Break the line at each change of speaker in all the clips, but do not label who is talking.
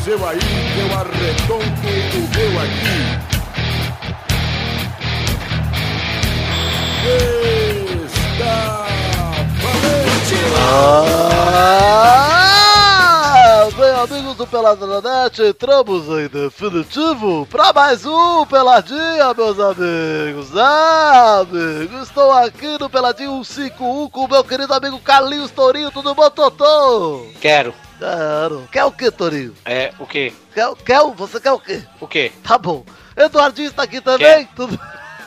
seu aí, que eu arredondo o meu aqui. Está valente!
Bem, amigos do Peladranet, entramos em definitivo para mais um Peladinha, meus amigos. Amigos, estou aqui no Peladinho 151 com o meu querido amigo Carlinhos Tourinho. Tudo bom, Totô?
Quero.
Quer o que, Tourinho?
O quê?
Você quer o quê?
O quê?
Tá bom. Eduardinho está aqui também? Tudo...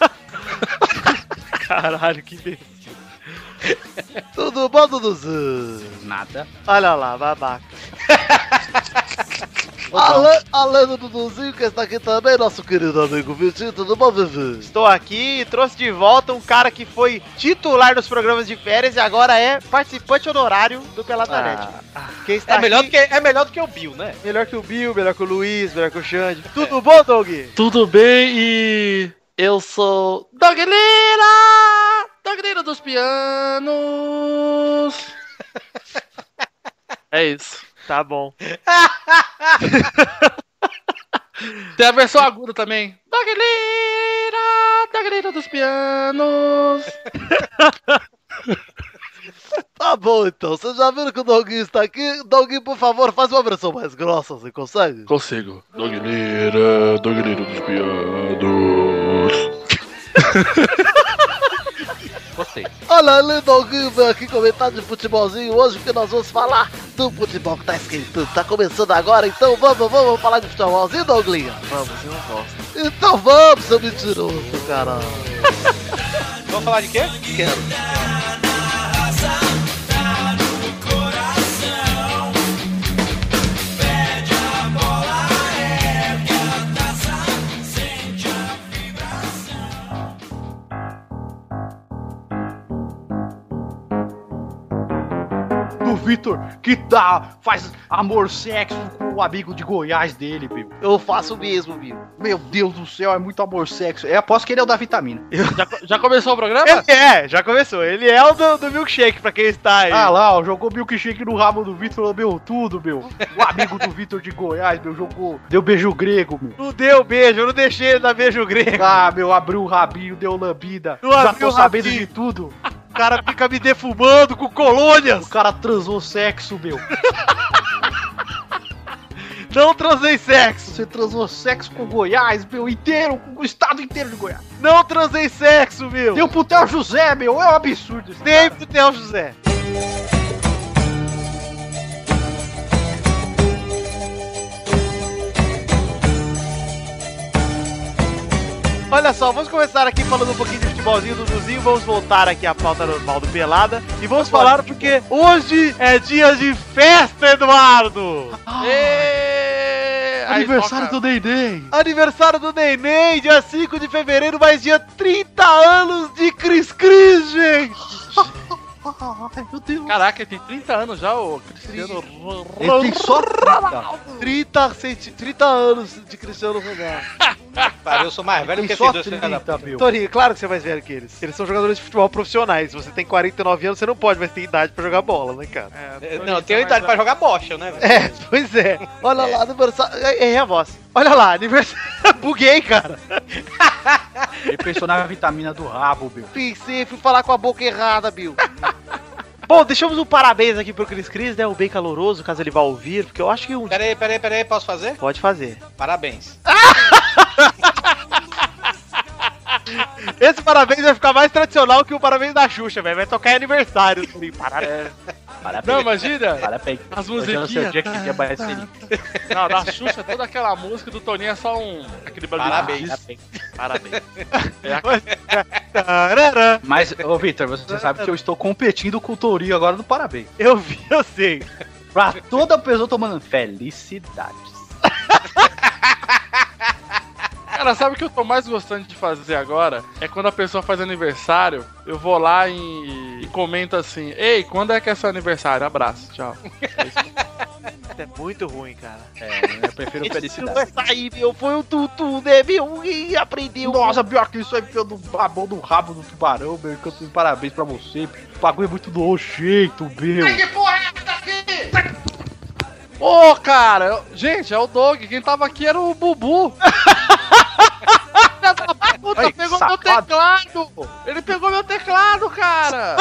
Caralho, que imbecil.
Tudo bom, Duduzinho?
Nada.
Olha lá, babaca.
Além do Duduzinho, que está aqui também, nosso querido amigo Vitinho. Tudo bom, Vivi?
Estou aqui e trouxe de volta um cara que foi titular dos programas de férias e agora é participante honorário do Peladanet. Quem está aqui...
É melhor do que o Bill, né?
Melhor que o Bill, melhor que o Luiz, melhor que o Xande. Tudo bom, Doug?
Tudo bem e... eu sou... Dogueira dos pianos. É isso.
Tá bom.
Tem a versão aguda também. Dogueira dos pianos.
Tá bom, então. Vocês já viram que o Doguinho está aqui? Doguinho, por favor, faz uma versão mais grossa, você consegue?
Consigo. Dogueira dos pianos.
Gostei.
Olha ali, Doguinho veio aqui comentar de futebolzinho hoje, porque nós vamos falar do futebol que tá esquentando. Tá começando agora, então vamos falar de futebolzinho, Douglinha?
Vamos, eu não gosto.
Então vamos, seu mentiroso, caralho.
Vamos falar de quê?
Quero.
Do Vitor que faz amor sexo com o amigo de Goiás dele, meu.
Eu faço mesmo, Bill.
Meu Deus do céu, é muito amor sexo. Eu aposto que ele é o da vitamina.
Já começou o programa?
Já começou. Ele é o do milkshake, pra quem está aí.
Ah lá, ó, jogou milkshake no rabo do Vitor, meu, tudo, meu. O amigo do Vitor de Goiás, meu, deu beijo grego, meu.
Não deu beijo, eu não deixei ele dar beijo grego.
Ah, meu, abriu o rabinho, deu lambida.
Não
Já
abriu
tô
o
sabendo
rabinho.
de tudo.
O cara fica me defumando com colônias.
O cara transou sexo, meu.
Não transei sexo.
Você transou sexo com Goiás, meu, inteiro, com o estado inteiro de Goiás.
Não transei sexo, meu.
Deu pro Theo José, meu, é um absurdo isso.
Nem pro Theo José. Olha só, vamos começar aqui falando um pouquinho de futebolzinho do Duduzinho. Vamos voltar aqui à pauta normal do Pelada. E vamos falar porque hoje é dia de festa, Eduardo!
Aniversário do Neném.
Aniversário do Neném, dia 5 de fevereiro, mais dia 30 anos de Cris Cris, gente!
Ai, meu Deus.
Caraca, ele tem 30 anos já, ô Cristiano.
Ele tem só 30.
30 anos de Cristiano Ronaldo.
Cara, eu sou mais velho
Tem
que
só
esses dois.
30, meu.
Torinho, claro que você é mais velho que eles. Eles são jogadores de futebol profissionais. Se você tem 49 anos, você não pode mais ter idade pra jogar bola, né, cara?
Não, eu tenho idade pra jogar bocha, né, velho?
É, pois é. Olha lá, aniversário. Errei a voz. Olha lá, aniversário. Buguei, cara.
Ele pensou na vitamina do rabo, meu.
Pensei, fui falar com a boca errada, Bill.
Bom, deixamos um parabéns aqui pro Cris Cris, né? Um bem caloroso, caso ele vá ouvir, porque eu acho que um dia...
Peraí, posso fazer?
Pode fazer.
Parabéns.
Esse parabéns vai ficar mais tradicional que o parabéns da Xuxa, velho. Vai tocar em aniversário. Parabéns.
Parabéns.
Não, imagina.
Parabéns.
As
Hoje é o seu
musiquinhas.
dia que dia mais feliz.
Não, da Xuxa, toda aquela música do Toninho é só aquele barulho.
Parabéns.
Parabéns.
Tarará.
Mas, ô Vitor, você sabe que eu estou competindo com o Tourinho agora no parabéns.
Eu vi, eu sei.
Pra toda pessoa tomando felicidades.
Cara, sabe o que eu tô mais gostando de fazer agora? É quando a pessoa faz aniversário, eu vou lá e comento assim: ei, quando é que é seu aniversário? Abraço, tchau. É isso.
É muito ruim, cara.
Eu prefiro
Esse
felicidade.
vai sair, meu. Foi um tutu, né, meu? E aprendeu.
Nossa, pior que isso aí enfiou a mão no rabo do tubarão, meu. Que eu tenho parabéns pra você. O bagulho é muito nojento, meu.
Que porra é essa aqui?
Ô, cara, gente, é o Doug. Quem tava aqui era o Bubu. Puta,
Ai,
pegou
safado.
meu teclado! Ele pegou meu teclado, cara!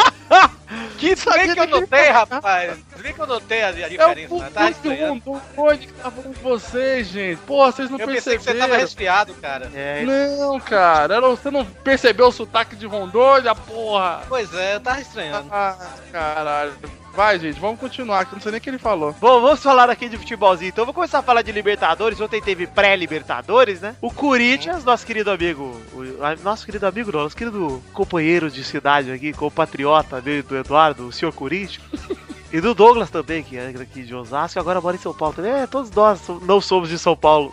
Que sabia que eu notei, rapaz. Vê que eu notei a
É
diferença,
o
né? Tá
Bubu que
estranhando.
Rondônia que tava com vocês, gente. Porra, vocês não
Eu pensei que você tava
perceberam.
resfriado, cara.
É,
Não, cara, você não percebeu o sotaque de Rondônia, porra?
Pois é, eu tava estranhando.
Ah, caralho. Vai, gente, vamos continuar, que eu não sei nem o que ele falou.
Bom, vamos falar aqui de futebolzinho. Então, vou começar a falar de Libertadores. Ontem teve pré-Libertadores, né? O Corinthians, nosso querido amigo. Nosso querido amigo, não, nosso querido companheiro de cidade aqui, compatriota dele, do Eduardo, o senhor Corinthians. E do Douglas também, que é aqui de Osasco, agora mora em São Paulo também. É, todos nós não somos de São Paulo.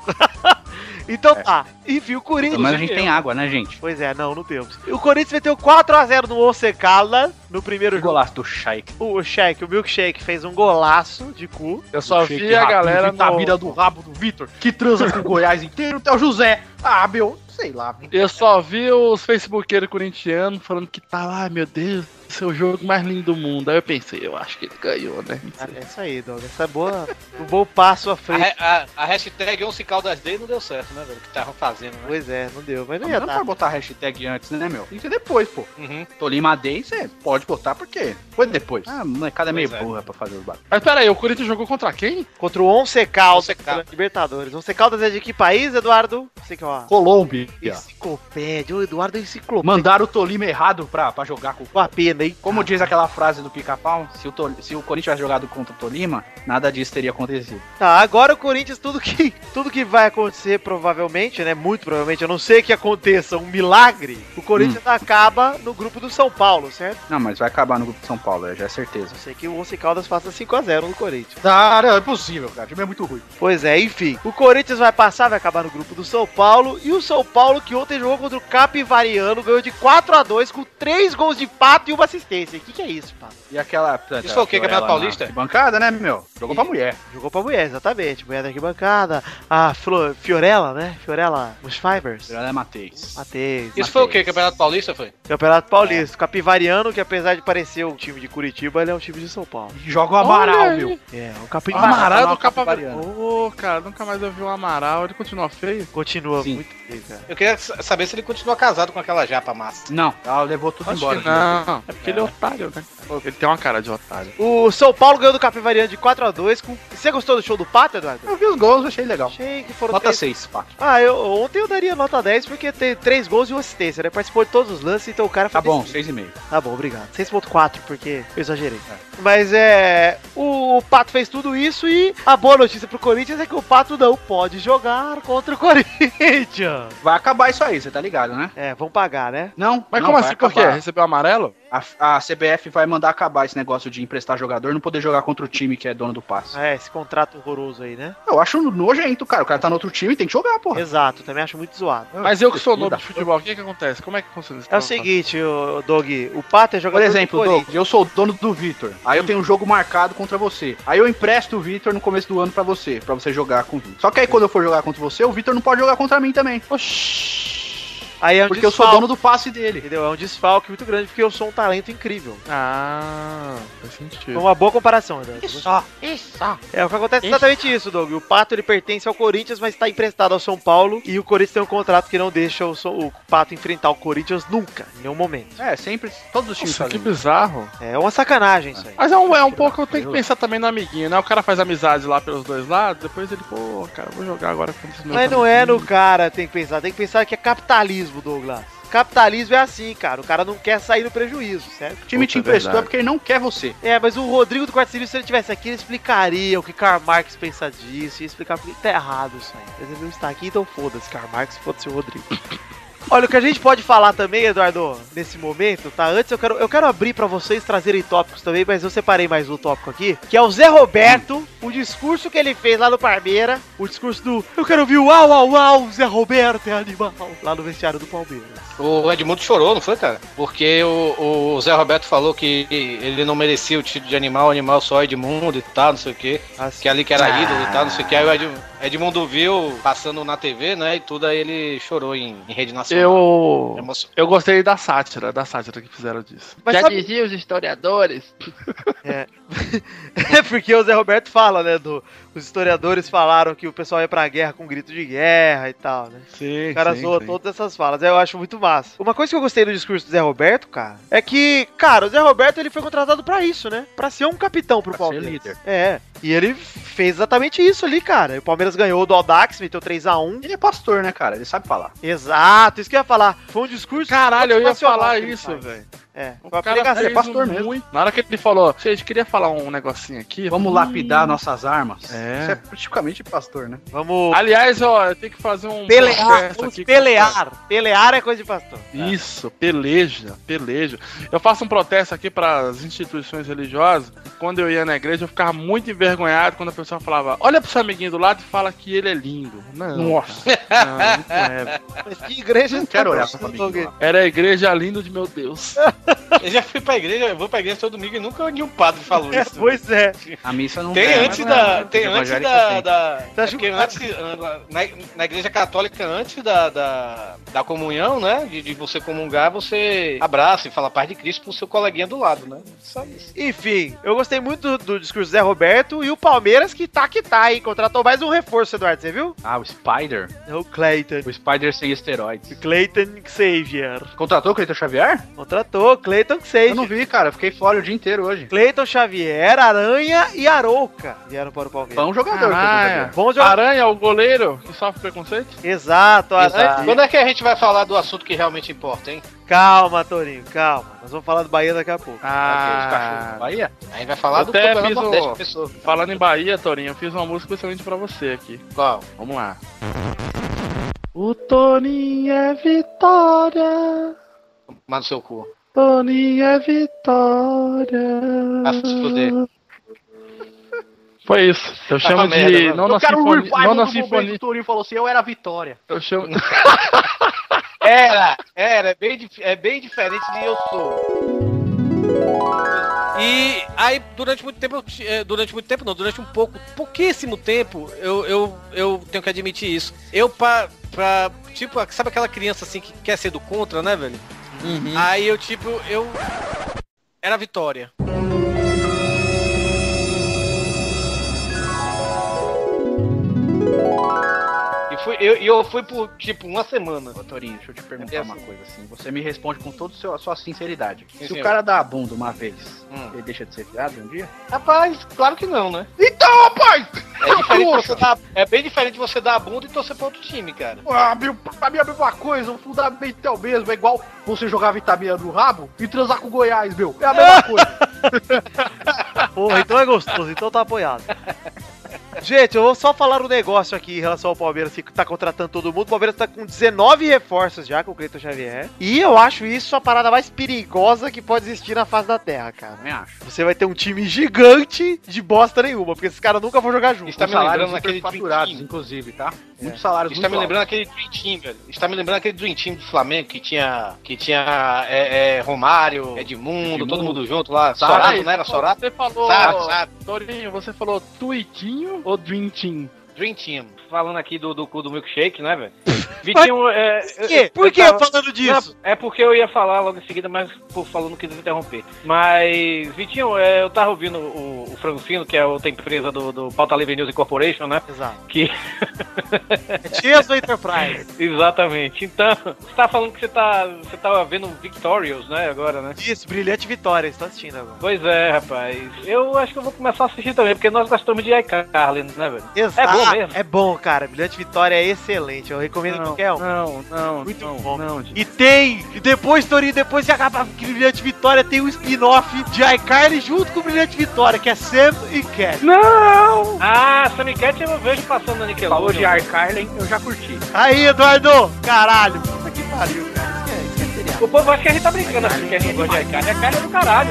Então tá. Enfim, o Corinthians.
Mas a gente tem água, né, gente?
Pois é, não temos. O Corinthians meteu 4x0 no Once Caldas no primeiro jogo.
Golaço do Shaik.
O Milkshake fez um golaço de cu.
Eu só vi a galera
na
no...
vida do rabo do Vitor, que transa com o Goiás inteiro, até o José. Ah, meu, sei lá.
Eu só vi os facebookeiros corintianos falando que tá lá, meu Deus, esse é o jogo mais lindo do mundo. Aí eu pensei, eu acho que ele ganhou, né?
É isso aí, Douglas. Essa é boa. Um bom passo à frente.
A hashtag 11 Caldas Day não deu certo, né, velho? O que estavam fazendo, né?
Pois é, não deu, mas não
Não,
ia
não
dar.
pode botar hashtag antes, né, meu? Tem que ser depois, pô.
Uhum.
Tolima Day, você pode botar porque foi depois. Ah, a molecada é meio
Pois é.
burra pra fazer os bagulhos.
Mas pera aí, o Corinthians jogou contra quem?
Contra o Once Caldas
Once Caldas.
pela Libertadores. Once Caldas é de que país, Eduardo? Sei que ó.
Colômbia.
Enciclopédia. O Eduardo é enciclopédia.
Mandaram o Tolima errado pra jogar com
Uma pena, hein?
Como diz aquela frase do Pica-Pau, se o Corinthians tivesse jogado contra o Tolima, nada disso teria acontecido.
Tá, agora o Corinthians, tudo que vai acontecer provavelmente, né? Muito provavelmente, eu não sei que aconteça um milagre, o Corinthians acaba no grupo do São Paulo, certo?
Não, mas vai acabar no grupo de São Paulo, já é certeza.
Eu sei que o Once Caldas faça 5x0 no Corinthians.
Ah, não, é possível, cara. O time é muito ruim.
Pois é, enfim. O Corinthians vai passar, vai acabar no grupo do São Paulo. E o São Paulo, que ontem jogou contra o Capivariano, ganhou de 4x2 com 3 gols de Pato e uma assistência. O que é isso, Pato?
E aquela...
Isso foi o quê, Campeonato Paulista?
Bancada, né, meu? Jogou pra mulher.
Jogou pra mulher, exatamente. Mulher da arquibancada. A Fiorella, né? Fiorella, os Fivers.
Ela é Mateus.
Matheus.
Isso foi o quê? Campeonato Paulista foi?
Campeonato Paulista. O Capivariano, que apesar de parecer um time de Curitiba, ele é um time de São Paulo.
Joga o Amaral,
Olha aí.
meu.
É, o
O
Capivariano.
Amaral
não,
do
Capivariano.
Ô, cara, nunca mais eu vi o Amaral. Ele continua feio?
Continua
Sim.
muito bem, cara.
Eu queria saber se ele continua casado com aquela japa massa.
Não, ela levou tudo
Acho
embora.
que não. É porque ele é otário, né? Ele tem uma cara de otário.
O São Paulo ganhou do Capivariano de 4x2. Você gostou do show do Pato, Eduardo?
Eu vi os gols, achei legal.
Achei que foram
Nota
três-
6, 4.
Ontem eu daria nota 10 porque tem 3 gols e uma assistência, né? Participou de todos os lances, então o cara foi
Tá bom,
decisivo.
6,5.
Tá bom, obrigado. 6.4 porque eu exagerei. Mas o Pato fez tudo isso e a boa notícia pro Corinthians é que o Pato não pode jogar contra o Corinthians.
Vai acabar isso aí, você tá ligado, né?
É, vão pagar, né?
Não,
Mas
não,
como
vai
assim? Por quê?
acabar.
Recebeu amarelo?
A CBF vai mandar acabar esse negócio de emprestar jogador e não poder jogar contra o time que é dono do passe.
É, esse contrato horroroso aí, né?
Eu acho nojento, cara. O cara tá no outro time, tem que jogar, porra.
Exato, também acho muito zoado.
Mas eu que sou novo
Muda.
de futebol, o que acontece? Como é que funciona isso?
É o seguinte, o Doug, o Pato é
Por
jogador
exemplo,
do
Doug,
Corinthians.
eu sou o dono do Vitor. Aí eu tenho um jogo marcado contra você. Aí eu empresto o Vitor no começo do ano pra você jogar com o Vitor. Só que aí quando eu for jogar contra você, o Vitor não pode jogar contra mim também.
Aí é um
Porque eu sou
desfalque,
dono do passe dele.
entendeu? É um desfalque muito grande porque eu sou um talento incrível.
Ah, faz
Foi
sentido.
uma boa comparação, Eduardo.
Isso.
É, o que acontece é exatamente isso, Doug. O Pato, ele pertence ao Corinthians, mas está emprestado ao São Paulo. E o Corinthians tem um contrato que não deixa o Pato enfrentar o Corinthians nunca, em nenhum momento.
É, sempre, todos os times
Nossa, que
fazem.
bizarro.
É uma sacanagem isso aí.
Mas é um pouco, eu tenho que pensar também no amiguinho, né? O cara faz amizade lá pelos dois lados, depois ele, pô, cara, vou jogar agora contra esse meu
Mas não é no cara, tem que pensar que é capitalismo, Douglas. Capitalismo é assim, cara. O cara não quer sair no prejuízo, certo?
O time te
Puta, é
emprestou
verdade.
porque ele não quer você.
É, mas o Rodrigo do Quarto Serviço, se ele tivesse aqui, ele explicaria o que Karl Marx pensa disso, ia explicar porque tá errado isso aí. Mas ele não está aqui, então foda-se, Karl Marx, foda-se o Rodrigo. Olha, o que a gente pode falar também, Eduardo, nesse momento, tá? Antes eu quero abrir pra vocês trazerem tópicos também, mas eu separei mais um tópico aqui, que é o Zé Roberto, o discurso que ele fez lá no Palmeiras, o discurso do eu quero ouvir o uau, uau, uau, Zé Roberto é animal, lá no vestiário do Palmeiras.
O Edmundo chorou, não foi, cara? Porque o Zé Roberto falou que ele não merecia o título de animal, animal só Edmundo e tal, não sei o quê.
Assim.
Que ali que era ídolo e tal, não sei o que. Aí o Edmundo viu passando na TV, né? E tudo, aí ele chorou em rede nacional.
Eu gostei da sátira que fizeram disso.
Mas
Já
sabe-
diziam os historiadores.
É porque o Zé Roberto fala, né? Os historiadores falaram que o pessoal ia pra guerra com grito de guerra e tal, né?
Sim,
O cara zoa todas essas falas. Eu acho muito massa. Uma coisa que eu gostei do discurso do Zé Roberto, cara, é que, cara, o Zé Roberto ele foi contratado pra isso, né? Pra ser um capitão pro
Pra ser
Palmeiras.
líder.
É. E ele fez exatamente isso ali, cara. E o Palmeiras ganhou do Audax, meteu 3-1.
Ele é pastor, né, cara? Ele sabe falar.
Exato, isso que eu ia falar. Foi um discurso.
Caralho, eu ia
motivacional
falar
que ele
isso,
faz.
velho.
É.
O
Foi uma
cara
pregação.
fez
pastor mesmo.
muito. Na hora que ele falou, gente, queria falar um negocinho aqui.
Vamos lapidar nossas armas.
É.
Isso é praticamente pastor, né?
Vamos
Aliás, ó, eu tenho que fazer um
pelear.
protesto
Vamos
aqui
pelear. Pelear é coisa de pastor.
Isso, peleja. Eu faço um protesto aqui para as instituições religiosas. Quando eu ia na igreja, eu ficava muito envergonhado quando a pessoa falava: olha pro seu amiguinho do lado e fala que ele é lindo. Não.
Nossa.
Não é.
Mas que igreja
Não quero olhar pra
falando,
família.
Era a igreja linda de meu Deus.
Eu já fui pra igreja, eu vou pra igreja todo domingo e nunca nenhum padre falou isso.
Pois é.
A missa não
Tem
tem,
antes
mas
da.
na-
Tem
na
antes
evangélica
da.
tem.
É porque antes, na igreja católica, antes da comunhão, né? De você comungar, você abraça e fala paz de Cristo pro seu coleguinha do lado, né? Só isso.
Enfim, eu gostei muito do discurso do Zé Roberto e o Palmeiras que tá, hein? Contratou mais um reforço, Eduardo, você viu?
Ah, o Spider.
É o Clayton.
O Spider sem esteroides.
Clayton Xavier.
Contratou o Cleiton Xavier?
Contratou Clayton
Eu
Xavier.
não vi, cara. Eu fiquei fora o dia inteiro hoje.
Clayton Xavier, Aranha e Arouca vieram para o Palmeiras.
Bom jogador, Cleiton Xavier.
Bom jogador.
Aranha, o goleiro que sofre preconceito?
Exato, Aranha.
Exato. Quando é que a gente vai falar do assunto que realmente importa, hein?
Calma, Torinho, calma. Nós vamos falar do Bahia daqui a pouco.
Aqueles cachorros. Bahia?
A gente vai falar
Eu
do
até
campeonato
fiz
Nordeste,
o-
pessoa.
Falando em Bahia, Torinho, eu fiz uma música especialmente pra você aqui.
Qual?
Vamos lá. O Toninho é vitória.
Mas no seu cu.
Toninho é vitória.
Ah, se fuder.
Foi isso. Eu chamo
uma merda,
de
mano.
nona
Eu quero um
sinfonia.
revival
Nona
do momento
sinfonia.
o Torinho falou assim, eu era a Vitória.
Eu chamo.
É bem diferente de eu sou. E aí, durante muito tempo, durante pouquíssimo tempo, eu tenho que admitir isso. Eu, tipo, sabe aquela criança assim que quer ser do contra, né, velho? Aí eu era a Vitória. Eu fui por, tipo, uma semana.
Ô, Torinho, deixa eu te perguntar
É
uma
assim.
coisa assim. Você me responde com toda a sua sinceridade.
Sim,
Se
senhor.
o cara dá a bunda uma vez,
Hum.
ele deixa de ser viado um dia?
Rapaz, claro que não, né?
Então, rapaz!
É bem diferente você dar a bunda e torcer pra outro time, cara.
Ah, pra mim é a mesma coisa, o fundamento é o mesmo. É igual você jogar vitamina no rabo e transar com o Goiás, meu. É a mesma coisa.
Porra, então é gostoso, então tá apoiado. Gente, eu vou só falar um negócio aqui em relação ao Palmeiras que tá contratando todo mundo. O Palmeiras tá com 19 reforços já com o Cleiton Xavier. E eu acho isso a parada mais perigosa que pode existir na face da Terra, cara.
Também acho.
Você vai ter um time gigante de bosta nenhuma, porque esses caras nunca vão jogar junto.
Está me
Salários
lembrando naquele
faturados,
Dream Team.
inclusive, tá? Muitos salários
Está me
muito
lembrando aquele Dream Team, velho. Está me lembrando aquele Dream Team do Flamengo que tinha Romário, Edmundo, todo mundo junto lá. Sorato, não era Sorato?
Você falou.
Sabe.
Torinho, você falou Tuitinho ou Dream Team?
Dream Team. Falando aqui do cu do milkshake, né, velho? Vitinho,
Por que eu falando disso?
É porque eu ia falar logo em seguida, mas por falando não quis interromper. Mas, Vitinho, eu tava ouvindo o Franfino, que é outra empresa do Pauta Livre News Incorporation, né?
Exato.
Que...
Tias do Enterprise.
Exatamente. Então, você tá falando que você tava vendo Victorious, né, agora, né?
Isso, brilhante vitória, estou assistindo agora.
Pois é, rapaz. Eu acho que eu vou começar a assistir também, porque nós gostamos de iCarly, né, velho?
Exato.
É bom mesmo.
É bom, cara. Brilhante Vitória é excelente. Eu recomendo qualquer um.
Não,
Muito
não,
bom.
não, gente.
E depois, Torinho, depois de acabar com o Brilhante Vitória, tem um spin-off de iCarly junto com o Brilhante Vitória, que é Sam e Cat.
Não!
Ah, Sammy Cat eu vejo passando na Nickelodeon.
Falou de iCarly, eu já curti.
Aí, Eduardo! Caralho! Puta que pariu, cara. Isso é seriado.
O povo acha que a gente tá brincando assim, que a gente gosta de iCarly. iCarly é do caralho.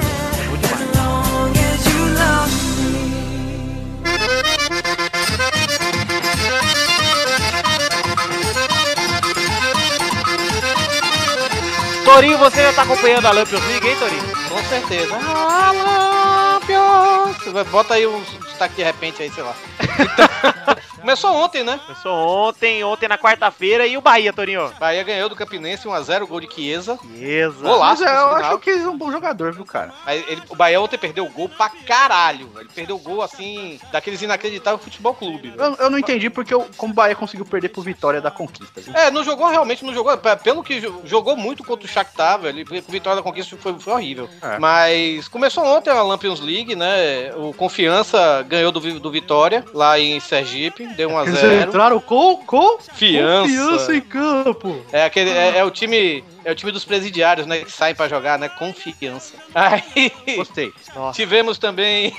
Torinho, você já tá acompanhando a Lampions League, hein, Torinho?
Com certeza. Ah, Lampions! Bota aí um destaque de repente aí, sei lá. Começou ontem, né?
Começou ontem na quarta-feira, e o Bahia, Torinho?
Bahia ganhou do Campinense 1x0, gol de Chiesa.
Beleza.
Golaço,
Mas eu
por sinal.
acho que ele é um bom jogador, viu, cara?
Mas o Bahia ontem perdeu o gol pra caralho. Ele perdeu o gol, assim, daqueles inacreditáveis futebol clube.
Eu não entendi porque como o Bahia conseguiu perder pro Vitória da Conquista. Viu?
Não jogou realmente, não jogou. Pelo que jogou muito contra o Shakhtar, velho. O Vitória da Conquista foi horrível. Mas começou ontem a Lampions League, né? O Confiança ganhou do Vitória, lá em Sergipe. Deu 1x0.
Entraram com
Confiança
em campo.
É o time dos presidiários, né? Que saem pra jogar, né? Confiança. Aí
Gostei.
tivemos também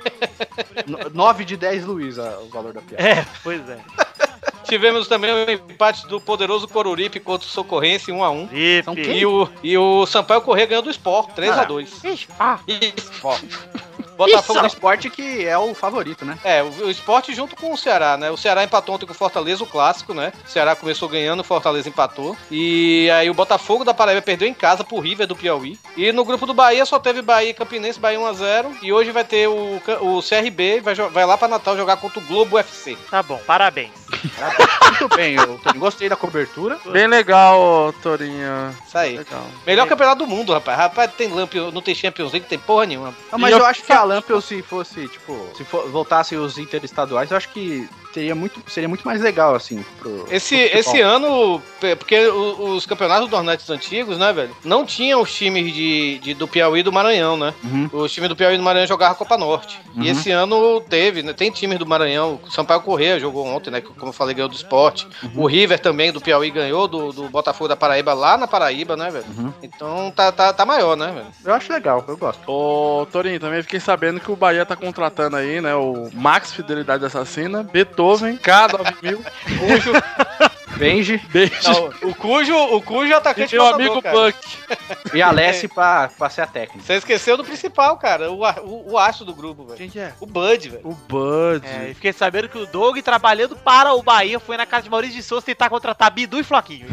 9 de 10 Luiz, o valor da piada.
É, pois é.
Tivemos também o empate do poderoso Coruripe contra o Socorrense 1x1. E o Sampaio Corrêa ganhou do Sport 3x2.
Botafogo do Sport que é o favorito, né?
O Sport junto com o Ceará, né? O Ceará empatou ontem com o Fortaleza, o clássico, né? O Ceará começou ganhando, o Fortaleza empatou. E aí o Botafogo da Paraíba perdeu em casa pro River do Piauí. E no grupo do Bahia só teve Bahia e Campinense, Bahia 1x0. E hoje vai ter o CRB, vai lá pra Natal jogar contra o Globo UFC.
Tá bom, parabéns.
Muito bem, eu gostei da cobertura.
Bem legal, Torinho.
Isso aí.
Legal.
Melhor campeonato do mundo, rapaz. Rapaz, não tem Champions League, tem porra nenhuma.
Não, mas eu acho que a Lampions, se voltassem os interestaduais, eu acho que seria muito mais legal, assim,
Esse ano, porque os campeonatos do Nordeste antigos, né, velho, não tinham os times do Piauí e do Maranhão, né? Os times do Piauí e do Maranhão jogavam a Copa Norte. E esse ano teve, né? Tem times do Maranhão. O Sampaio Corrêa jogou ontem, né? Como eu falei, ganhou do Sport. O River também, do Piauí, ganhou do Botafogo da Paraíba, lá na Paraíba, né, velho? Então tá maior, né, velho?
Eu acho legal, eu gosto.
Ô, Torinho, também fiquei sabendo que o Bahia tá contratando aí, né, o Max Fidelidade Assassina, Beethoven, K9000,
Benji.
O Cujo atacante
e meu amigo Punk.
E a Alessi pra ser a técnica.
Você esqueceu do principal, cara. O astro do grupo, velho.
Quem que é?
O Bud, velho.
O Bud.
E fiquei sabendo que o Doug, trabalhando para o Bahia, foi na casa de Maurício de Souza tentar contratar Bidu e Floquinho.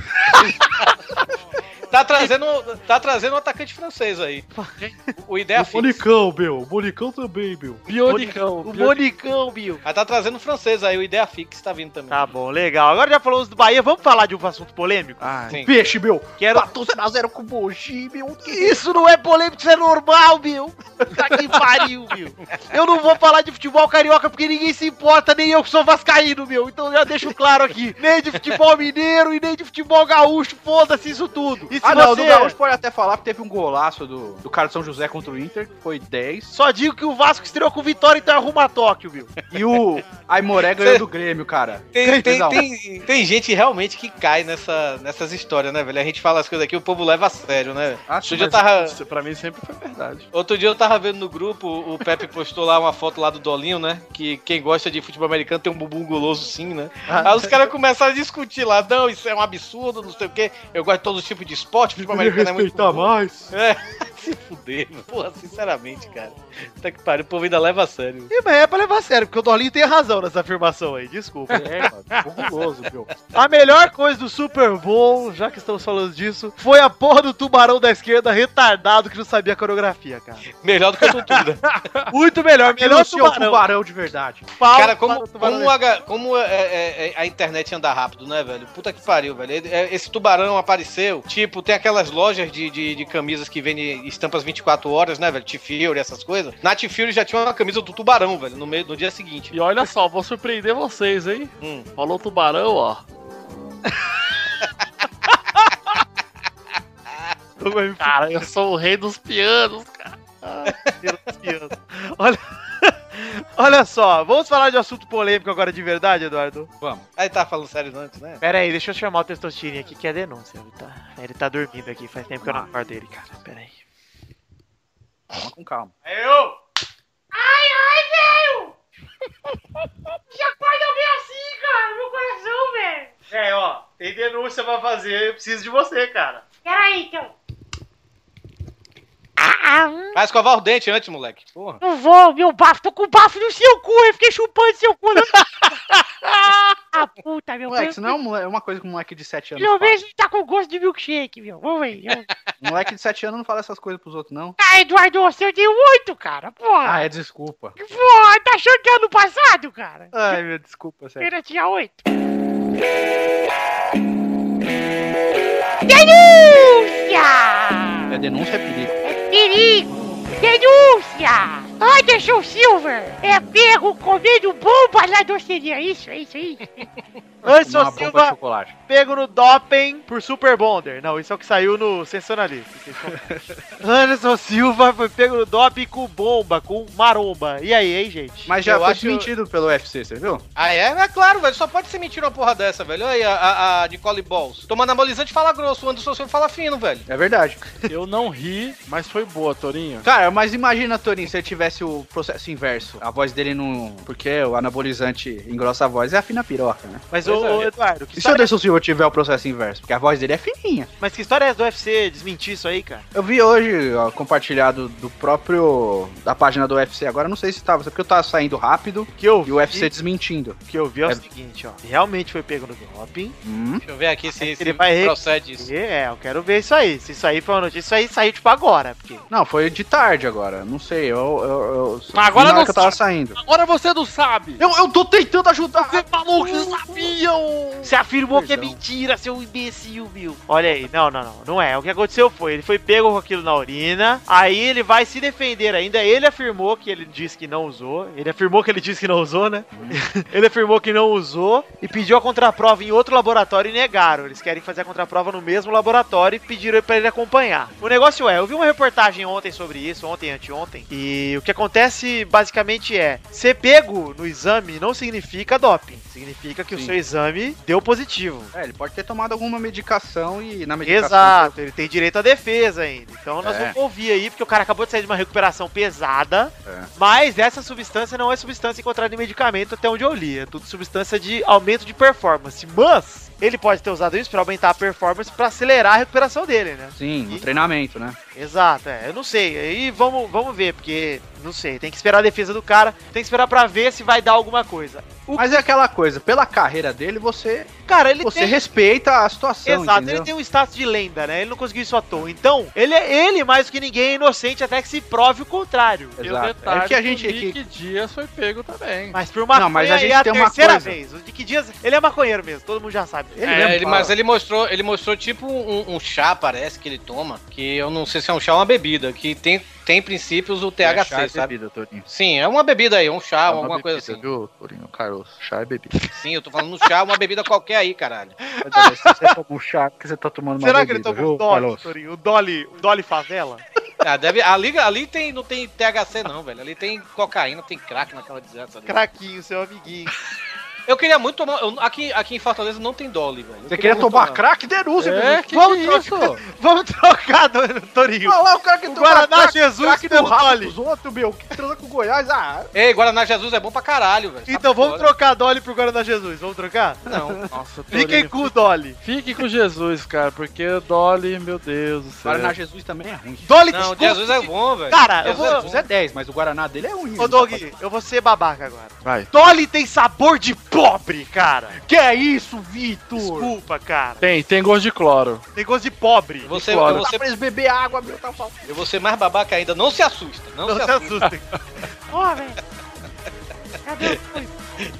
Tá trazendo um atacante francês aí. O Ideia Fix.
Monicão, meu. O Monicão também, meu.
Bionicão.
O Monicão, Bill.
Aí tá trazendo um francês aí, o Ideia Fix tá vindo também.
Tá bom, legal. Agora já falamos do Bahia, vamos falar de um assunto polêmico?
Sim.
Peixe, meu.
Quero...
Patrocina 0 com o Mogi, meu.
Isso não é polêmico, isso é normal, meu. Tá que pariu, meu. Eu não vou falar de futebol carioca porque ninguém se importa, nem eu que sou vascaíno, meu. Então já deixo claro aqui. Nem de futebol mineiro e nem de futebol gaúcho, foda-se isso tudo. E se
Não, do Gaúcho pode até falar que teve um golaço do cara de São José contra o Inter, que foi 10.
Só digo que o Vasco estreou com vitória, então arruma Tóquio, meu.
E o Aimoré ganhou do Grêmio, cara.
Tem gente realmente que cai nessas histórias, né, velho? A gente fala as coisas aqui, o povo leva a sério, né?
Isso pra mim sempre foi verdade.
Outro dia eu tava vendo no grupo, o Pepe postou lá uma foto lá do Dolinho, né? Que quem gosta de futebol americano tem um bumbum guloso sim, né? Aí os caras começaram a discutir lá, não, isso é um absurdo, não sei o quê. Eu gosto de todos os tipos de esporte, futebol americano é muito
Respeitar
bom.
mais.
Se fuder, porra, sinceramente, cara. Puta que pariu, o povo ainda leva a sério.
Mas é pra levar a sério, porque o Dolinho tem razão nessa afirmação aí, desculpa.
Fabuloso, meu.
A melhor coisa do Super Bowl, já que estamos falando disso, foi a porra do tubarão da esquerda retardado que não sabia a coreografia, cara.
Melhor do que a Tutuda.
Muito melhor, melhor
tubarão de verdade.
Cara, como a internet anda rápido, né, velho? Puta que pariu, velho. Esse tubarão apareceu, tipo, tem aquelas lojas de camisas que vendem estampas 24 horas, né, velho? T-Fury, essas coisas. Na T-Fury já tinha uma camisa do tubarão, velho, no dia seguinte.
E olha só, vou surpreender vocês, hein? Falou tubarão, ó. Cara, eu sou o rei dos pianos, cara.
Olha só, vamos falar de assunto polêmico agora de verdade, Eduardo?
Vamos. Aí tá falando sério antes, né?
Pera aí, deixa eu chamar o Testostirinha aqui, que é denúncia. Ele tá dormindo aqui, faz tempo que eu não acordo ele, cara. Pera aí.
Calma com calma.
Ai, velho! Que acorda alguém assim, cara? Meu coração, velho!
Ó, tem denúncia pra fazer, eu preciso de você, cara.
Peraí, então.
Vai escovar o dente antes, moleque. Porra.
Não vou, meu bafo. Tô com bafo no seu cu. Eu fiquei chupando seu cu. Ah, puta, meu.
Moleque, isso não é uma coisa que um moleque de 7 anos
Pelo
fala.
menos tá com gosto de milkshake, meu. Vamos ver.
Moleque de 7 anos não fala essas coisas pros outros, não.
Ah, Eduardo, você eu tenho 8, cara. Porra.
Ah, é desculpa.
Porra, tá achando que é ano passado, cara?
Ai, meu, desculpa,
Eu
sério.
ainda tinha 8. Denúncia!
É denúncia, é perigo.
É perigo! Denúncia! Anderson Silver é pego comendo bomba na doceria. Isso.
Anderson
Uma bomba de
Silva
chocolate.
pego no doping por Super Bonder. Não, isso é o que saiu no Sensacionalista. Anderson Silva foi pego no doping com bomba, com maromba. E aí, hein, gente?
Mas já
Eu
foi
acho-
desmentido pelo UFC, você viu?
Ah, é? É claro, velho. Só pode ser mentira uma porra dessa, velho. Olha aí a Nicole Balls. Tomando anabolizante fala grosso, o Anderson Silva fala fino, velho.
É verdade.
Eu não ri, mas foi boa, Torinho.
Cara, mas imagina, Torinho, se ele tivesse o processo inverso. A voz dele não... Porque o anabolizante engrossa a voz e afina a piroca, né?
Mas,
Pois
ô,
é.
Eduardo, que
E se o
história,
Anderson Silva tiver o processo inverso? Porque a voz dele é fininha.
mas que história é essa do UFC desmentir isso aí, cara?
Eu vi hoje, ó, compartilhado do próprio... Da página do UFC. Agora eu não sei se tava, porque eu tava saindo rápido
Que eu
e o UFC desmentindo.
que eu vi é o
É-
seguinte, ó. Realmente foi pego no doping.
Deixa eu ver aqui se
Ele vai
procede isso.
Eu quero ver isso aí. Se isso aí foi uma notícia, isso aí saiu tipo agora. Porque...
Não, foi de tarde agora. Não sei, eu
Mas agora
vi na hora
não
que eu tava
sabe.
saindo.
Agora você não sabe.
Eu tô tentando ajudar.
Você falou que sabiam.
Você afirmou que é
Perdão.
mentira, seu imbecil, meu. Olha aí, não é. O que aconteceu foi, ele foi pego com aquilo na urina, aí ele vai se defender ainda. Ele afirmou que ele disse que não usou. Ele afirmou que ele disse que não usou, né? Ele afirmou que não usou e pediu a contraprova em outro laboratório e negaram. Eles querem fazer a contraprova no mesmo laboratório e pediram pra ele acompanhar. O negócio é, eu vi uma reportagem ontem sobre isso, ontem, anteontem, e o que acontece basicamente é, ser pego no exame não significa doping. Significa que o
Sim.
seu exame deu positivo.
É, ele pode ter tomado alguma medicação e na medicação...
Exato, ele tem direito à defesa ainda. Então nós
É.
vamos ouvir aí, porque o cara acabou de sair de uma recuperação pesada,
É.
mas essa substância não é substância encontrada em medicamento, até onde eu li. É tudo substância de aumento de performance. Mas ele pode ter usado isso para aumentar a performance, para acelerar a recuperação dele, né?
Sim, no
E-
treinamento, né?
Exato, eu não sei. Aí vamos ver, porque não sei, tem que esperar a defesa do cara, tem que esperar pra ver se vai dar alguma coisa.
Mas é aquela coisa, pela carreira dele, você
Tem...
respeita a situação,
Exato,
entendeu?
ele tem um status de lenda, né? Ele não conseguiu isso à toa. Então, ele mais do que ninguém é inocente até que se prove o contrário.
E o
Exato.
detalhe
É que a
que
gente
o
aqui...
Nick Dias foi pego também.
Mas por maconha
Não, mas a gente
é a
tem uma
terceira
coisa.
vez. O Dick Dias, ele é maconheiro mesmo, todo mundo já sabe.
Mas ele mostrou tipo um chá, parece, que ele toma, que eu não sei se é um chá ou uma bebida, que tem princípios o THC,
chá é
sabe?
bebida, Torinho.
Sim, é uma bebida aí, um chá,
É uma
alguma coisa
bebida,
assim.
Viu, Torinho? Caroço, chá é bebida.
Sim, eu tô falando no chá, uma bebida qualquer aí, caralho.
Se você toma um chá, que você tá tomando uma
Será que
bebida,
ele tomou
viu,
um Dolly,
Carlos?
Torinho? O Dolly favela?
Ah, ali não tem THC não, velho. Ali tem cocaína, tem crack naquela desgraça ali.
Craquinho, seu amiguinho.
Eu queria muito tomar... aqui em Fortaleza não tem Dolly, velho.
Você queria tomar crack? Denúncia,
É, que
Vamos
isso?
Vamos trocar, Torinho.
Olha lá, o cara que
O
toma
Guaraná
crack,
Jesus
crack
pelo
no rabo
Dolly.
dos outros, meu, que transa com Goiás,
Ei, Guaraná Jesus é bom pra caralho, velho.
Então vamos
Sabe
trocar Dolly pro Guaraná Jesus. Vamos trocar?
Não.
Nossa,
Fiquem
Torinho.
com o Dolly.
Fique com Jesus, cara, porque o Dolly, meu Deus do céu.
Guaraná Jesus também é ruim.
Dolly,
Não,
desculpa.
Jesus é bom, velho.
Cara, eu
Jesus
vou-
é
Jesus é 10, mas o Guaraná dele é ruim.
Ô, Doug, eu vou ser babaca agora.
Vai.
Dolly tem sabor de pobre, cara.
Que é isso, Vitor?
Desculpa, cara.
Tem gosto de cloro.
Tem gosto de pobre.
Você,
Claro.
eu, vou ser,
Pra eles beber água, meu, tá faltando.
eu vou ser mais babaca ainda. Não se assusta. Não,
Não
se
se
assusta.
assustem.
Ó, velho. Cadê o coisa?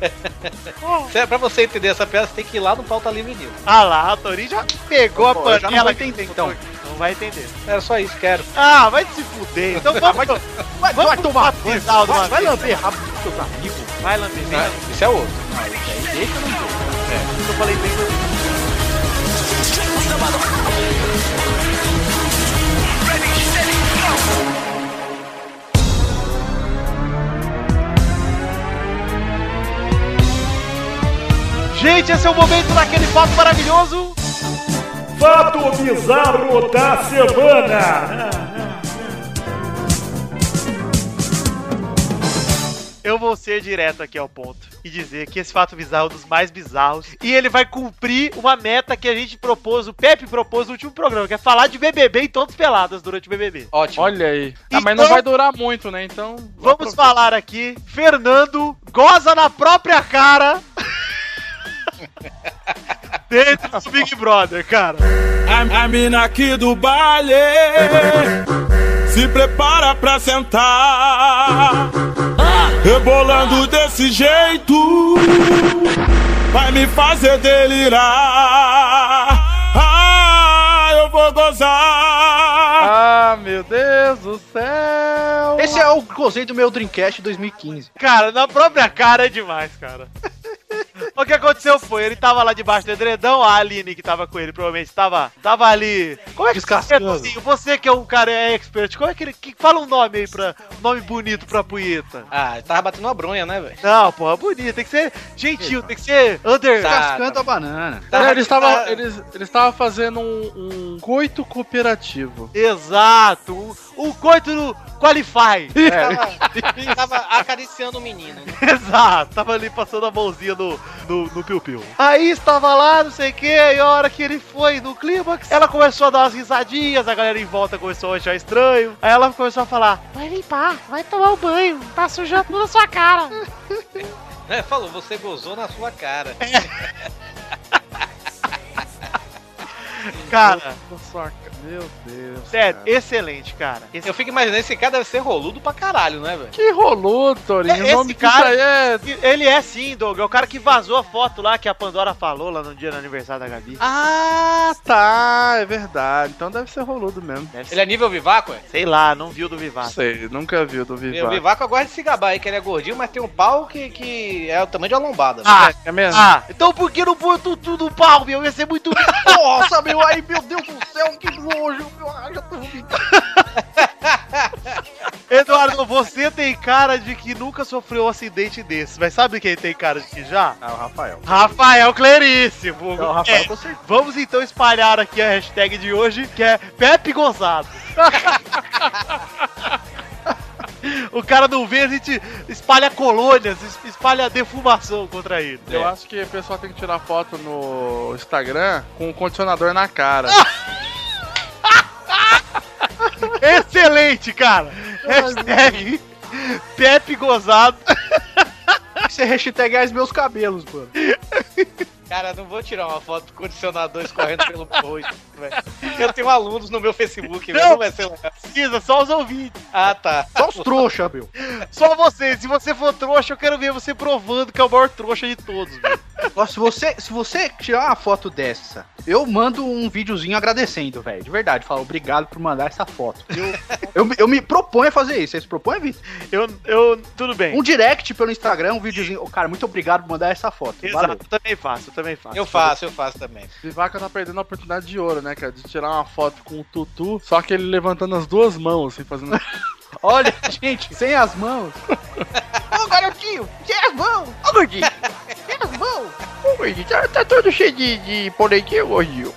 Ó,
Pra você entender essa piada, você tem que ir lá no Pauta Livre News.
Ah lá, a Torinho já pegou a
Pô, eu já não
panela
vou
que
entender,
tem
então.
aqui. Não vai entender.
Era só isso, quero.
Ah, vai se fuder. Então vamos,
Vai tomar
pisar de uma
vai
vez.
lamber rabo dos seus amigos.
Vai, Lamber.
Isso é outro.
Eu falei bem. Gente, esse é o momento daquele fato maravilhoso.
Fato bizarro da semana.
Eu vou ser direto aqui ao ponto. e dizer que esse fato bizarro é um dos mais bizarros. E ele vai cumprir uma meta que a gente propôs, o Pepe propôs no último programa, que é falar de BBB em todos peladas durante o BBB.
Ótimo.
Olha aí.
Então,
mas não vai durar muito, né? Então.
Vamos falar aqui. Fernando goza na própria cara dentro do Big Brother, cara.
A mina aqui do baile se prepara pra sentar, rebolando desse jeito vai me fazer delirar. Eu vou gozar.
Ah, meu Deus do céu.
Esse é o gozei do meu Dreamcast 2015.
Cara, na própria cara é demais, cara. O que aconteceu foi, ele tava lá debaixo do edredão, a Aline que tava com ele, provavelmente tava ali. Como é que você que é um cara expert, como é que ele. Fala um nome aí um nome bonito pra punheta.
Ah, ele tava batendo uma bronha, né, velho?
Não, porra, bonito, tem que ser gentil, tem que ser under.
Cascando a banana.
Eles estavam fazendo um coito cooperativo.
Exato, um coito no Qualify.
Ele tava acariciando o menino.
Exato, tava ali passando a mãozinha no piu-piu. Aí estava lá, não sei o que, e a hora que ele foi no clímax, ela começou a dar umas risadinhas, a galera em volta começou a achar estranho. Aí ela começou a falar:
Vai limpar, vai tomar um banho, tá sujando tudo na sua cara.
Falou, você gozou na sua cara.
cara,
meu Deus.
sério,
cara.
excelente, cara.
Eu fico imaginando, esse cara deve ser roludo pra caralho, né, velho?
Que rolou, Torinho?
Esse
O nome
cara-
disso aí é.
Ele é sim, Doug, é o cara que vazou a foto lá que a Pandora falou lá no dia do aniversário da Gabi.
Ah, tá, é verdade. Então deve ser roludo mesmo.
Deve
Ele é nível Vivaco, é?
Sei lá, não viu do
Não
Vivaco.
sei, nunca vi o do
O
Vivar.
Vivaco gosta de se gabar aí, que ele é gordinho, mas tem um pau que é o tamanho de uma lombada.
Ah,
É mesmo?
então por que não pôr tudo no pau, meu? Ia ser muito.
Nossa, meu, ai, meu Deus do céu, que nojo, meu, ai, já tô vomitando.
Eduardo, você tem cara de que nunca sofreu um acidente desse, mas sabe quem tem cara de que já?
Ah, o Rafael.
Rafael Claríssimo.
É o Rafael, com certeza.
Vamos então espalhar aqui a hashtag de hoje, que é Pepe Gozado. O cara não vê, a gente espalha colônias, espalha defumação contra ele.
Eu acho que o pessoal tem que tirar foto no Instagram com o condicionador na cara.
Excelente, cara. Hashtag Pepe Gozado.
Isso é hashtag as meus cabelos, mano.
Cara, não vou tirar uma foto do condicionador escorrendo pelo rosto, velho. Eu tenho alunos no meu Facebook, velho. Não vai ser legal.
Precisa, só os ouvintes.
Ah, tá.
Só os trouxa, meu.
Só você. Se você for trouxa, eu quero ver você provando que é o maior trouxa de todos, velho.
Ó, se você tirar uma foto dessa, eu mando um videozinho agradecendo, velho. De verdade, falo obrigado por mandar essa foto. Eu me proponho a fazer isso. Você se propõe, Vitor?
Tudo bem.
Um direct pelo Instagram, um videozinho. Ô, cara, muito obrigado por mandar essa foto.
Exato,
Valeu.
eu também faço.
Eu faço também.
Vivaca tá perdendo a oportunidade de ouro, né, cara? De tirar uma foto com o Tutu, só que ele levantando as duas mãos, assim, fazendo.
Olha, gente, sem as mãos. Ô, garotinho, sem as mãos. Ô, gordinho, sem as mãos. Ô, gordinho, tá todo cheio de polentinho, gordinho.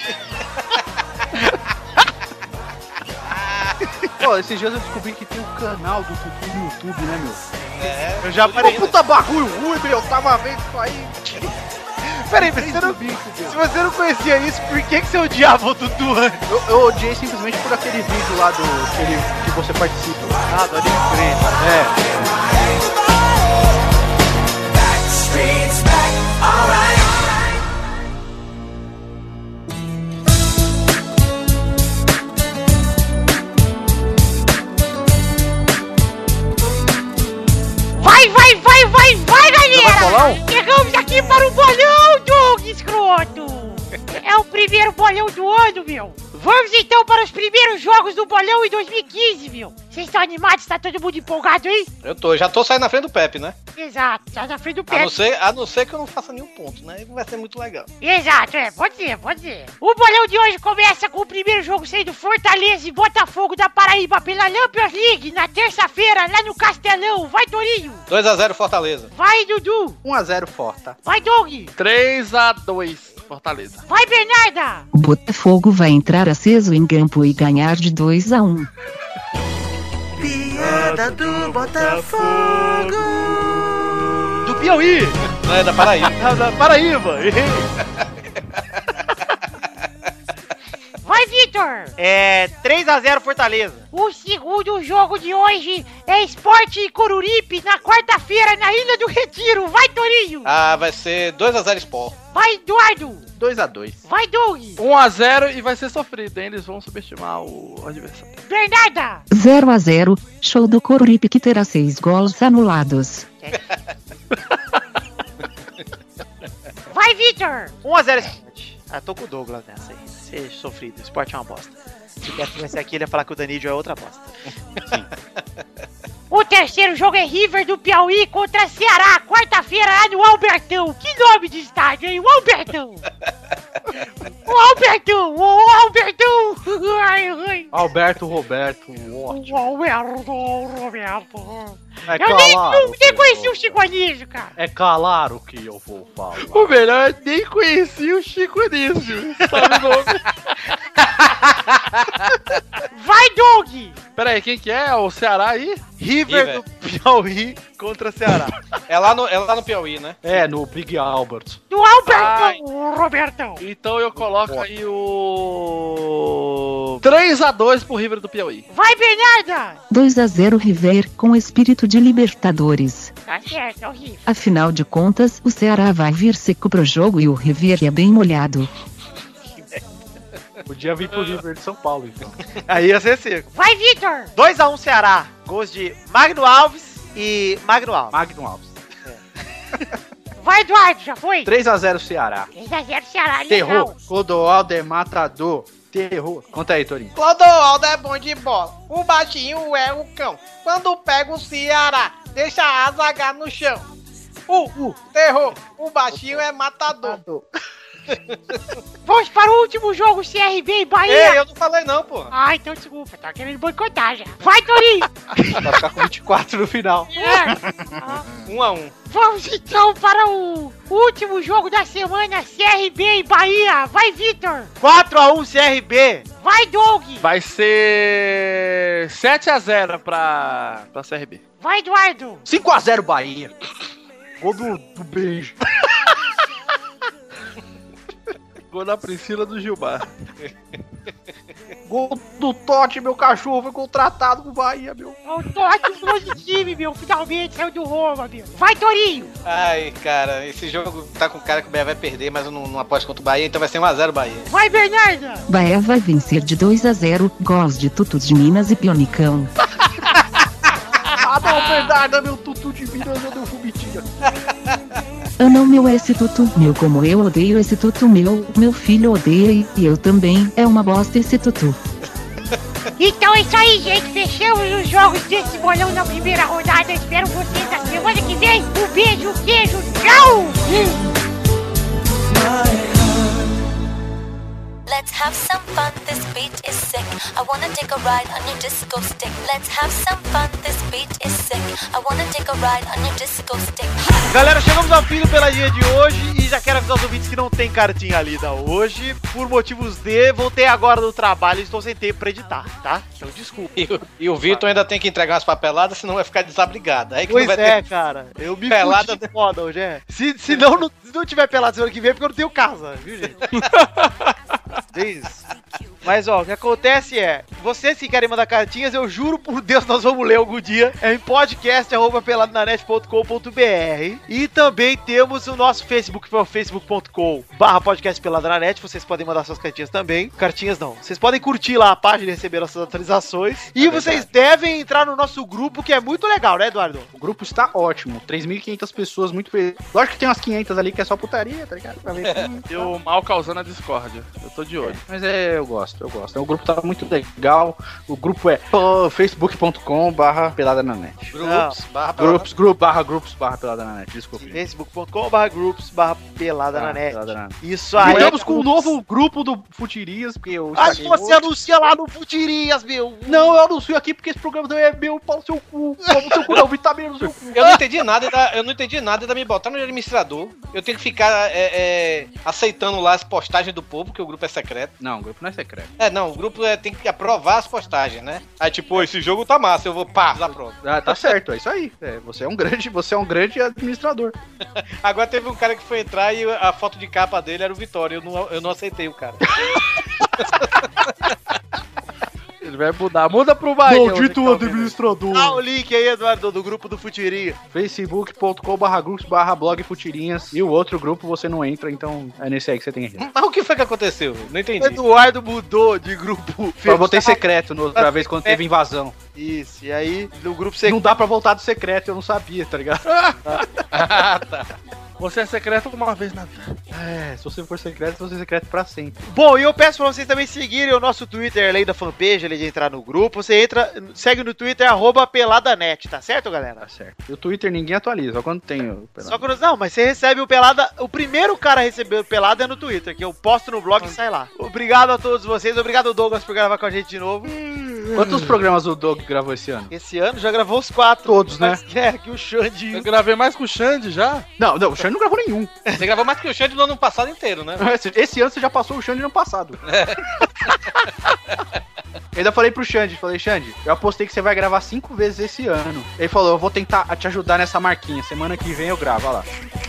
Pô, esses dias eu descobri que tem um canal do Tutu no YouTube, né, meu?
Eu já parei.
Puta bagulho ruim, meu. Eu tava vendo isso aí.
Peraí, se você não conhecia isso, por que você odiava o Tutu antes?
Eu odiei simplesmente por aquele vídeo lá que você participa.
Ah, do Anime Frente.
Vai, galera! Chegamos aqui para o bolão, Doug Escroto! É o primeiro bolão do ano, meu! Vamos então para os primeiros jogos do bolão em 2015, meu! Vocês estão animados? Tá todo mundo empolgado aí?
Já tô saindo na frente do Pepe, né?
Exato, tá na frente do
A
pé.
não ser que eu não faça nenhum ponto, né? Vai ser muito legal.
Exato, pode ser. O bolão de hoje começa com o primeiro jogo sendo Fortaleza e Botafogo da Paraíba pela Lampions League na terça-feira lá no Castelão. Vai, Torinho!
2-0 Fortaleza.
Vai, Dudu!
1-0 Forta.
Vai, Doug!
3-2, Fortaleza.
Vai, Bernarda!
O Botafogo vai entrar aceso em campo e ganhar de 2-1.
Piada do Botafogo.
Do Piauí.
Não, é da Paraíba.
Da Paraíba.
Vai, Vitor!
3x0 Fortaleza.
O segundo jogo de hoje é Sport e Coruripe na quarta-feira na Ilha do Retiro. Vai, Torinho!
Ah, vai ser 2x0 Sport.
Vai, Eduardo!
2x2.
Vai, Doug!
1x0 e vai ser sofrido, hein? Eles vão subestimar o adversário.
Bernarda!
0-0, show do Coruripe que terá 6 gols anulados.
Vai, Vitor!
1x0 Sport. Ah, tô com o Douglas nessa aí. Ser sofrido, o Sport é uma bosta. Se o Beto tivesse aqui, ele ia falar que o Danídio é outra bosta. Sim.
O terceiro jogo é River do Piauí contra Ceará, quarta-feira lá no Albertão. Que nome de estádio, hein? O Albertão! O Albertão! O Albertão! Ai, ai.
Alberto Roberto,
O Alberto Roberto.
É
Eu nem conheci o Chico Anísio, cara.
É claro que eu vou falar.
O melhor é nem conheci o Chico Anísio. Sabe o nome?
Vai, Doug!
Pera aí, quem que é? O Ceará aí?
River do Piauí contra Ceará.
É lá no Piauí, né?
É, no Big Albert.
Do Albertão, Robertão.
Então eu coloco aí o 3x2 pro River do Piauí.
Vai, Bernarda!
2-0 River com espírito de Libertadores.
Tá certo, é horrível.
Afinal de contas, o Ceará vai vir seco pro jogo e o River é bem molhado.
Podia vir pro River de São Paulo, então.
Aí ia ser seco.
Vai, Vitor!
2x1 Ceará. Gols de Magno Alves e Magno Alves.
Magno Alves.
Vai, Eduardo, já foi?
3x0 Ceará.
3x0 Ceará, legal.
Terror. Clodoaldo é matador. Terror. Conta aí, Torinho.
Clodoaldo é bom de bola. O baixinho é o cão. Quando pega o Ceará, deixa a zaga no chão. Terror. O baixinho é matador.
Vamos para o último jogo, CRB e Bahia.
Ei, eu não falei não, pô.
Ah, então desculpa, tá querendo boicotar já. Vai, Torinho!
Vai ficar com 24 no final.
1x1.
Vamos então para o último jogo da semana, CRB e Bahia. Vai, Vitor!
4x1 CRB.
Vai, Doug!
Vai ser 7x0 pra CRB.
Vai, Eduardo!
5x0 Bahia.
Gol do beijo.
Gol da Priscila do Gilmar.
Gol do Totti, meu cachorro, foi contratado pro Bahia, meu.
O Totti mudou de time, meu. Finalmente saiu do Roma, meu. Vai, Torinho!
Ai, cara, esse jogo tá com cara que o Bahia vai perder, mas eu não aposto contra o Bahia, então vai ser 1x0 Bahia.
Vai, Bernarda!
Bahia vai vencer de 2-0, gols de Tutus de Minas e Pionicão.
Ah, não, Bernarda, meu tutu de Minas, eu dei um fumitinho.
Eu não meu esse tutu meu como eu odeio esse tutu meu filho odeia e eu também, é uma bosta esse tutu.
Então é isso aí, gente. Fechamos os jogos desse bolão na primeira rodada. Espero vocês na semana que vem. Um beijo, queijo, tchau!
Let's have some fun, this beat is sick. I wanna take a ride on your disco stick. Let's have some fun, this beat is sick. I wanna take a ride on your disco stick.
Galera, chegamos ao fim do Peladinha de hoje e já quero avisar os ouvintes que não tem cartinha lida hoje. Por motivos de, voltei agora do trabalho e estou sem tempo pra editar, tá? Então desculpa.
E o Vitor ainda tem que entregar umas papeladas, senão vai ficar desabrigado. Aí que
Pois
não vai
é,
ter
cara. Eu me
pelada
fudi foda hoje, é. Se não tiver pelado semana que vem é porque eu não tenho casa, viu, gente? É isso. Mas ó, o que acontece é, vocês que querem mandar cartinhas, eu juro por Deus, nós vamos ler algum dia. É em podcast@peladananet.com.br. E também temos o nosso Facebook, que é o facebook.com/podcastpeladananet. Vocês podem mandar suas cartinhas também. Cartinhas não. Vocês podem curtir lá a página e receber nossas atualizações. E vocês devem entrar no nosso grupo, que é muito legal, né, Eduardo?
O grupo está ótimo. 3.500 pessoas, muito felizes. Lógico que tem umas 500 ali que é só putaria, tá ligado? Pra ver
E o mal causando a discórdia. Eu tô de olho.
Mas eu gosto. O grupo tá muito legal. O grupo é facebook.com/peladananet. Grupos/peladananet. Desculpa.
facebook.com/grupos/peladananet. Isso
aí.
aí.
Estamos com um novo grupo do Futirias, porque eu
Mas você anuncia lá no Futirias, meu.
Não, eu anuncio aqui porque esse programa também é meu, pau no seu cu. Pau no seu cu, não, vitamina no seu cu.
Eu não entendi nada da me botar no administrador. Eu tenho que ficar aceitando lá as postagens do povo, que o grupo é secreto.
Não, o grupo não é secreto.
velho. Não, o grupo tem que aprovar as postagens, né? Aí tipo, esse jogo tá massa, eu vou, pá, aprovo.
Ah, tá certo, é isso aí. Você é um grande administrador.
Agora teve um cara que foi entrar e a foto de capa dele era o Vitória, eu não aceitei o cara.
Ele vai mudar. Muda pro Bahia.
Maldito administrador.
Dá o link aí, Eduardo, do grupo do Futirinha.
facebook.com/grupos/blog Futirinhas. E o outro grupo você não entra, então é nesse aí que você tem que ir.
Mas o que foi que aconteceu? Não entendi.
Eduardo mudou de grupo.
Eu botei secreto na outra vez quando teve invasão.
Isso, e aí no grupo secreto.
Não dá pra voltar do secreto, eu não sabia, tá ligado?
Ah, tá.
Você é secreto uma vez na vida.
Se você for secreto, você é secreto pra sempre.
Bom, e eu peço pra vocês também seguirem o nosso Twitter, além da fanpage, além de entrar no grupo. Você segue no Twitter, @peladanet, tá certo, galera?
Tá certo. E o Twitter ninguém atualiza, só quando tem o Pelada.
Só quando... Não, mas você recebe o Pelada... O primeiro cara a receber o Pelada é no Twitter, que eu posto no blog e sai lá. Obrigado a todos vocês, obrigado Douglas por gravar com a gente de novo.
Quantos programas o Doug gravou esse ano?
Esse ano já gravou os 4.
Todos, né?
Que o Xande...
Eu gravei mais com o Xande já?
Não, o Xande não gravou nenhum.
Você gravou mais que o Xande no ano passado inteiro, né?
Esse ano você já passou o Xande no ano passado. Eu ainda falei pro Xande, Xande, eu apostei que você vai gravar 5 vezes esse ano. Ele falou, eu vou tentar te ajudar nessa marquinha, semana que vem eu gravo, olha lá.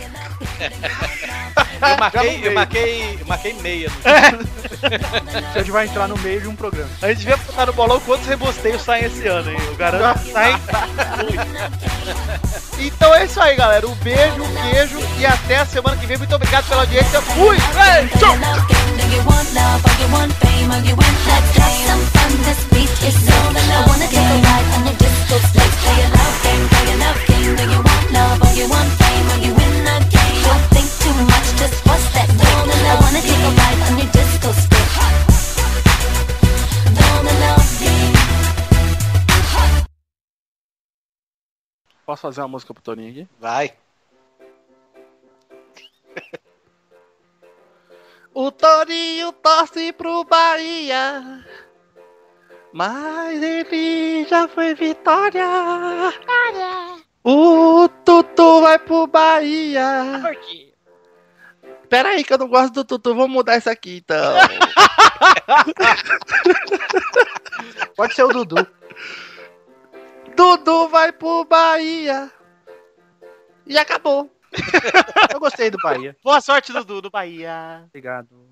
Eu marquei meia.
O Xande vai entrar no meio de um programa.
A gente devia botar no bolão quantos rebosteios saem esse ano, hein? Eu garanto que saem. Então é isso aí, galera. Um beijo, um queijo e até a semana que vem. Muito obrigado pela audiência. Fui! Tchau!
Posso fazer uma música pro Toninho aqui?
Vai.
O Toninho torce pro Bahia, mas ele já foi Vitória. O Tutu vai pro Bahia.
Por quê?
Pera aí que eu não gosto do Tutu, vamos mudar isso aqui então.
Pode ser o Dudu.
Dudu vai pro Bahia. E acabou.
Eu gostei do Bahia.
Boa sorte, Dudu, do Bahia.
Obrigado.